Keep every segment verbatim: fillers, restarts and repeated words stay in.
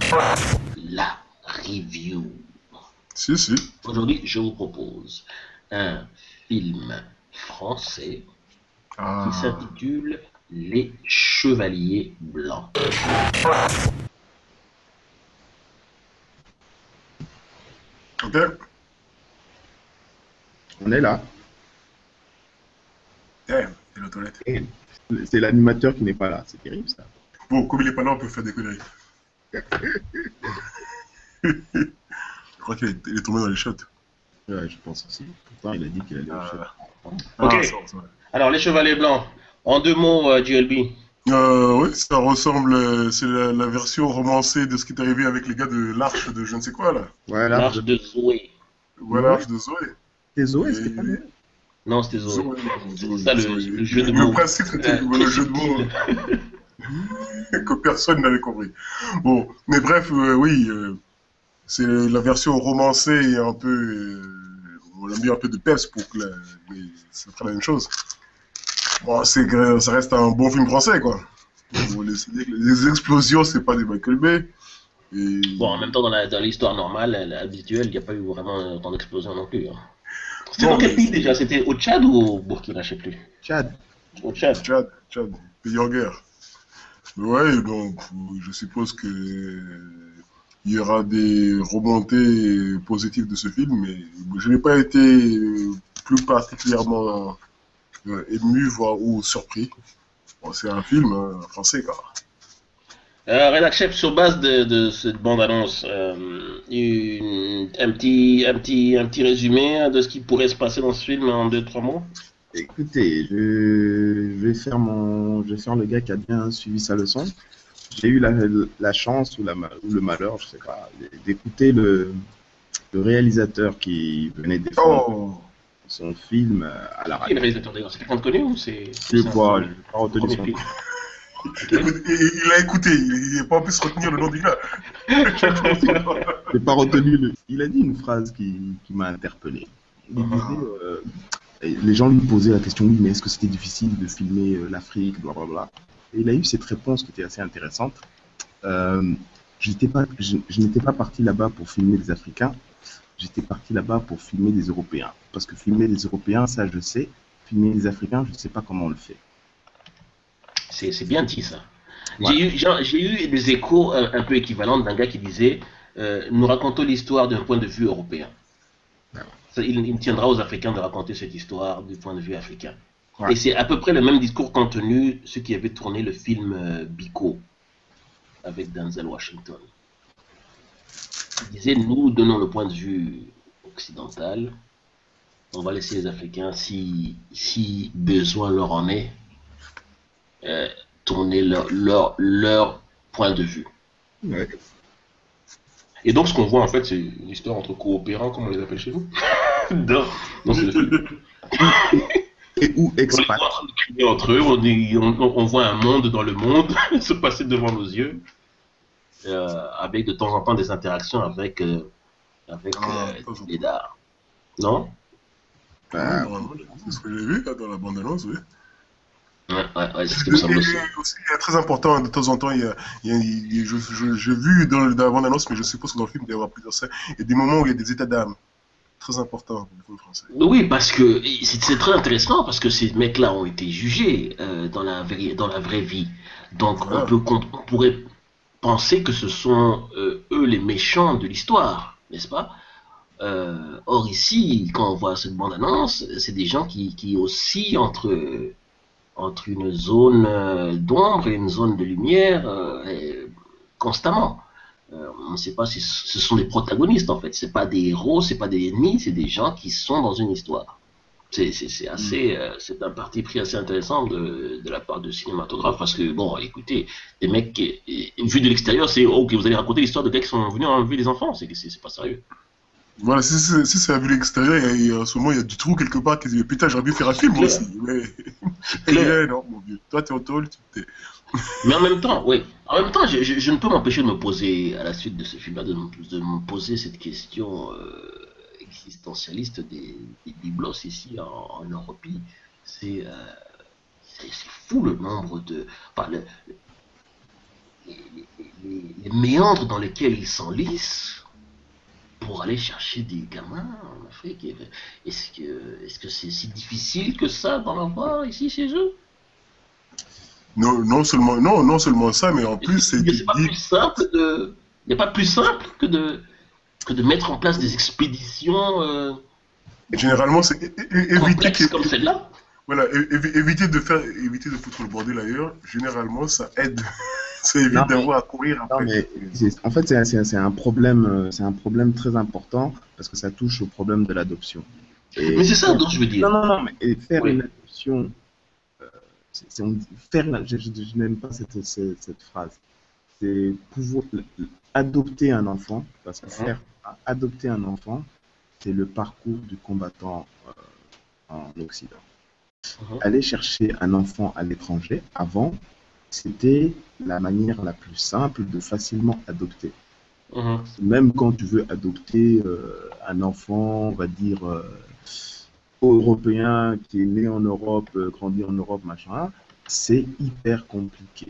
La review. Si, si. Aujourd'hui, je vous propose un film français Ah. qui s'intitule Les Chevaliers Blancs. Ok. On est là. Damn, c'est la toilette. Et c'est l'animateur qui n'est pas là. C'est terrible ça. Bon, comme il est pas là, on peut faire des conneries. Je crois qu'il est, il est tombé dans les shots. Ouais, je pense aussi. Pourtant, il a dit qu'il allait au chef. Ok. Ah, ça, ça. Alors, Les Chevaliers Blancs. En deux mots, euh, J L B. Euh, oui, ça ressemble, euh, c'est la, la version romancée de ce qui est arrivé avec les gars de l'Arche de je ne sais quoi, là. Voilà. L'Arche de Zoé. Voilà, Ouais. l'Arche de Zoé. C'est Zoé, Et- c'était pas mal. Non, c'était Zoé. Zoé, C'est Zoé, ça le, Zoé. le jeu de Le mots. principe, c'était Euh, le jeu de mots que personne n'avait compris. Bon, mais bref, euh, oui, euh, c'est la version romancée et un peu, euh, on a mis un peu de peps pour que la, mais c'est pas la même chose. Bon, c'est que ça reste un bon film français, quoi. Bon, les, les explosions, c'est pas des Michael Bay. Et... Bon, en même temps, dans la- dans l'histoire normale, la- habituelle, il n'y a pas eu vraiment tant d'explosions non plus. Hein. C'était Non, dans quel mais pays c'est- déjà? C'était au Tchad ou au Burkina, je sais plus. Tchad. Au Tchad. Tchad, Tchad, pays en guerre. Mais ouais, donc je suppose que il y aura des remontées positives de ce film, mais je n'ai pas été plus particulièrement euh, ému, voire ou surpris. Bon, c'est un film euh, français, quoi. Euh, Rédac Chef, sur base de, de cette bande-annonce, euh, une- un, petit, un, petit, un petit résumé de ce qui pourrait se passer dans ce film en deux trois mots. Écoutez, je je vais faire mon, je vais faire le gars qui a bien suivi sa leçon. J'ai eu la, la chance ou, la, ma- ou le malheur, je sais pas, d'écouter le, le réalisateur qui venait défendre Oh, son film euh, à la Qui est le radio. réalisateur d'ailleurs? C'est quelqu'un de connu ou c'est Je c'est sais un pas, premier- je n'ai pas retenu premier son film? nom. écoute, il, il a écouté, il n'a pas pu se retenir le nom du gars. J'ai pas retenu le... Il a dit une phrase qui, qui m'a interpellé. Il disait, euh, et les gens lui posaient la question, oui, mais est-ce que c'était difficile de filmer euh, l'Afrique, blablabla. Et il a eu cette réponse qui était assez intéressante. Euh, j'étais pas, je, je n'étais pas parti là-bas pour filmer des Africains, j'étais parti là-bas pour filmer des Européens. Parce que filmer des Européens, ça je sais. Filmer des Africains, je ne sais pas comment on le fait. C'est c'est bien dit ça. Ouais. J'ai eu, j'ai- j'ai eu des échos un, un peu équivalents d'un gars qui disait euh, nous racontons l'histoire d'un point de vue européen. Ça, il, il tiendra aux Africains de raconter cette histoire du point de vue africain. Ouais. Et c'est à peu près le même discours qu'ont tenu ceux qui avaient tourné le film euh, Biko avec Denzel Washington. Ils disaient nous donnons le point de vue occidental, on va laisser les Africains, si, si besoin leur en est, euh, tourner leur, leur, leur point de vue. Ouais. Et donc, ce qu'on voit en fait, c'est une histoire entre coopérants, comme on les appelle chez nous. dans, dans ce film. Et ou On les expat. voit en train de crier entre eux, on, est- on, on voit un monde dans le monde se passer devant nos yeux, euh, avec de temps en temps des interactions avec, euh, avec Ah, euh, ça, les dards. Non? Ouais, Euh, normalement, c'est ce que j'ai vu là, dans la bande-annonce, oui. Ouais, ouais, ouais, c'est ce qui me semble aussi. Et aussi, il y a très important, de temps en temps, il y a, il y a- il y a- je, je, j'ai vu dans, le- dans la bande-annonce, mais je suppose que dans le film, il doit y avoir plusieurs scènes, il y a des moments où il y a des états d'âme. Très important pour le film français. Oui, parce que c'est c'est très intéressant parce que ces mecs-là ont été jugés euh, dans la vraie dans la vraie vie. Donc Voilà. on peut on pourrait penser que ce sont euh, eux les méchants de l'histoire, n'est-ce pas? Euh, or ici, quand on voit cette bande-annonce, c'est des gens qui, qui oscillent entre entre une zone euh, d'ombre et une zone de lumière euh, et- constamment. Euh, on ne sait pas si ce sont des protagonistes en fait. C'est pas des héros, c'est pas des ennemis, c'est des gens qui sont dans une histoire. C'est c'est- c'est assez, euh, c'est un parti pris assez intéressant de, de la part de cinématographe parce que bon, écoutez, des mecs qui, et- vu de l'extérieur, c'est ok, vous allez raconter l'histoire de gars qui sont venus enlever des enfants, c'est c'est c'est pas sérieux. Voilà, si, si, si c'est à vue l'extérieur, il y a- il y a- en ce moment, il y a du trou quelque part qui dit putain, j'aurais pu faire un film moi Clair. aussi. Mais... Clair. Eh, non, mon vieux, toi, t'es en tôle, tu t'es. Mais en même temps, oui, en même temps, je, je- je ne peux m'empêcher de me poser, à la suite de ce film-là, de, me- de me poser cette question euh, existentialiste des, des biblos ici en, en Europe. C'est euh, c'est- c'est fou le nombre de. Enfin, le- les, les, les méandres dans lesquels ils s'enlissent pour aller chercher des gamins en Afrique. Est-ce que est-ce que c'est si difficile que ça d'en avoir ici chez eux? Non, non seulement, non, non seulement ça, mais en plus, c'est. C'est pas plus simple de. Il n'y a pas plus simple que de que de mettre en place des expéditions. Euh, Généralement, c'est éviter que. Comme celle-là. Voilà, éviter de faire, éviter de foutre le bordel ailleurs. Généralement, ça aide. Ça évite d'avoir à courir après. Non, mais en fait, c'est un problème, c'est un problème très important parce que ça touche au problème de l'adoption. Mais c'est ça dont je veux dire. Non, non, non, mais faire oui. une adoption. C'est, on, faire, je, je, je n'aime pas cette, cette, cette phrase. C'est pouvoir adopter un enfant, parce que faire adopter un enfant, c'est le parcours du combattant euh, en Occident. Uh-huh. Aller chercher un enfant à l'étranger, avant, c'était la manière la plus simple de facilement adopter. Uh-huh. Même quand tu veux adopter euh, un enfant, on va dire... Euh, européen qui est né en Europe, euh, grandi en Europe, machin, c'est hyper compliqué.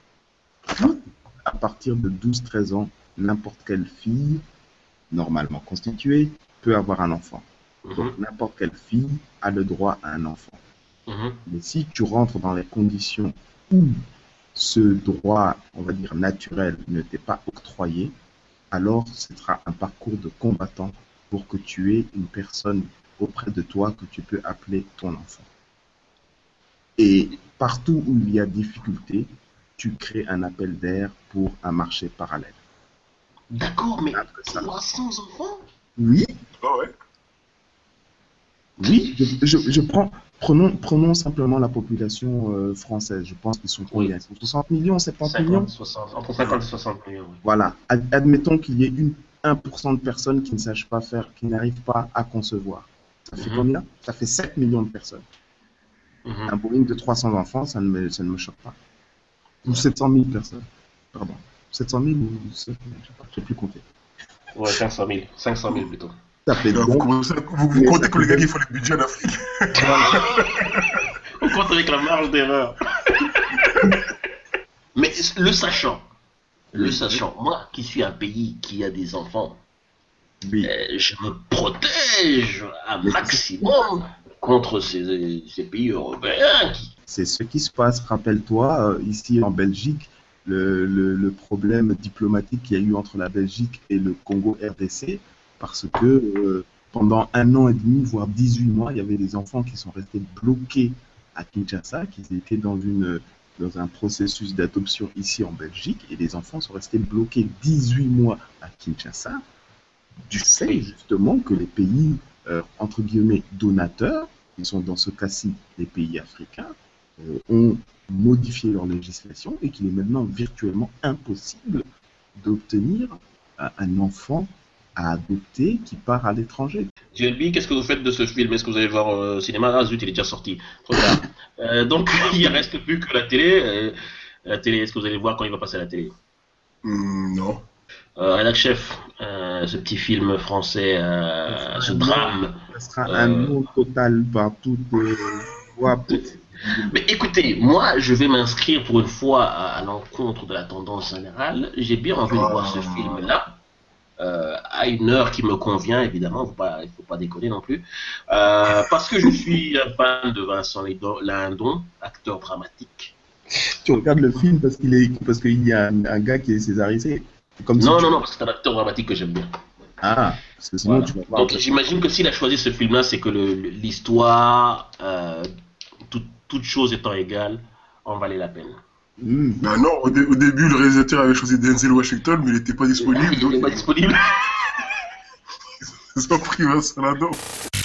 À partir de douze treize ans, n'importe quelle fille, normalement constituée, peut avoir un enfant. Mm-hmm. Donc n'importe quelle fille a le droit à un enfant. Mm-hmm. Mais si tu rentres dans les conditions où ce droit, on va dire naturel, ne t'est pas octroyé, alors ce sera un parcours de combattant pour que tu aies une personne auprès de toi que tu peux appeler ton enfant. Et partout où il y a difficulté, tu crées un appel d'air pour un marché parallèle. D'accord, mais trois cents enfants? Oui. Oh ouais. Oui, je, je, je prends, prenons, prenons simplement la population euh, française. Je pense qu'ils sont combien? Oui. soixante millions, soixante-dix millions soixante, entre cinquante et soixante millions. Oui. Voilà. Ad, admettons qu'il y ait une, un pour cent de personnes qui ne sachent pas faire, qui n'arrivent pas à concevoir. Ça fait mmh. combien? Ça fait sept millions de personnes. Mmh. Un Boeing de trois cents enfants, ça ne me, ça ne me choque pas. Ou sept cent mille personnes. Pardon. sept cent mille ou je ne sais plus compter. Ouais, cinq cent mille. cinq cent mille plutôt. Ça fait vous, donc... vous, vous, vous comptez que les gars qui font les budgets en Afrique. On compte avec la marge d'erreur. Mais le sachant, le sachant, moi qui suis un pays qui a des enfants, oui. euh, je me protège un maximum contre ces, ces pays européens. Qui... C'est ce qui se passe, rappelle-toi, euh, ici en Belgique, le, le, le problème diplomatique qu'il y a eu entre la Belgique et le Congo R D C, parce que euh, pendant un an et demi, voire dix-huit mois, il y avait des enfants qui sont restés bloqués à Kinshasa, qui étaient dans, une, dans un processus d'adoption ici en Belgique, et les enfants sont restés bloqués dix-huit mois à Kinshasa, du fait justement que les pays, euh, entre guillemets, donateurs, qui sont dans ce cas-ci les pays africains, euh, ont modifié leur législation et qu'il est maintenant virtuellement impossible d'obtenir euh, un enfant à adopter qui part à l'étranger. J L B, qu'est-ce que vous faites de ce film? Est-ce que vous allez voir au euh, cinéma? Ah zut, il est déjà sorti. Trop tard. euh, donc, il ne reste plus que la télé. Euh, la télé, est-ce que vous allez voir quand il va passer à la télé? mm, Non. Euh, Rédac Chef, euh, ce petit film français, euh, ce drame. Ce sera euh, un nom total par toutes les voix. Mais écoutez, moi, je vais m'inscrire pour une fois à, à l'encontre de la tendance générale. J'ai bien envie de voir ce film-là. Euh, à une heure qui me convient, évidemment, il ne faut pas déconner non plus, euh, parce que je suis un fan de Vincent Lindon, acteur dramatique. Tu regardes le film parce qu'il est, parce qu'il y a un, un gars qui est césarisé. Comme non, si non, tu... non, parce que c'est un acteur dramatique que j'aime bien. Ah, parce que sinon voilà. tu vas voir. Donc j'imagine que s'il a choisi ce film-là, c'est que l'histoire, euh, tout, toute chose étant égale, en valait la peine. Mmh. Ben non, au, dé au début, le réalisateur avait choisi Denzel Washington, mais il n'était pas disponible. Il n'était donc... pas disponible. Ils ont pris Vincent Lindon.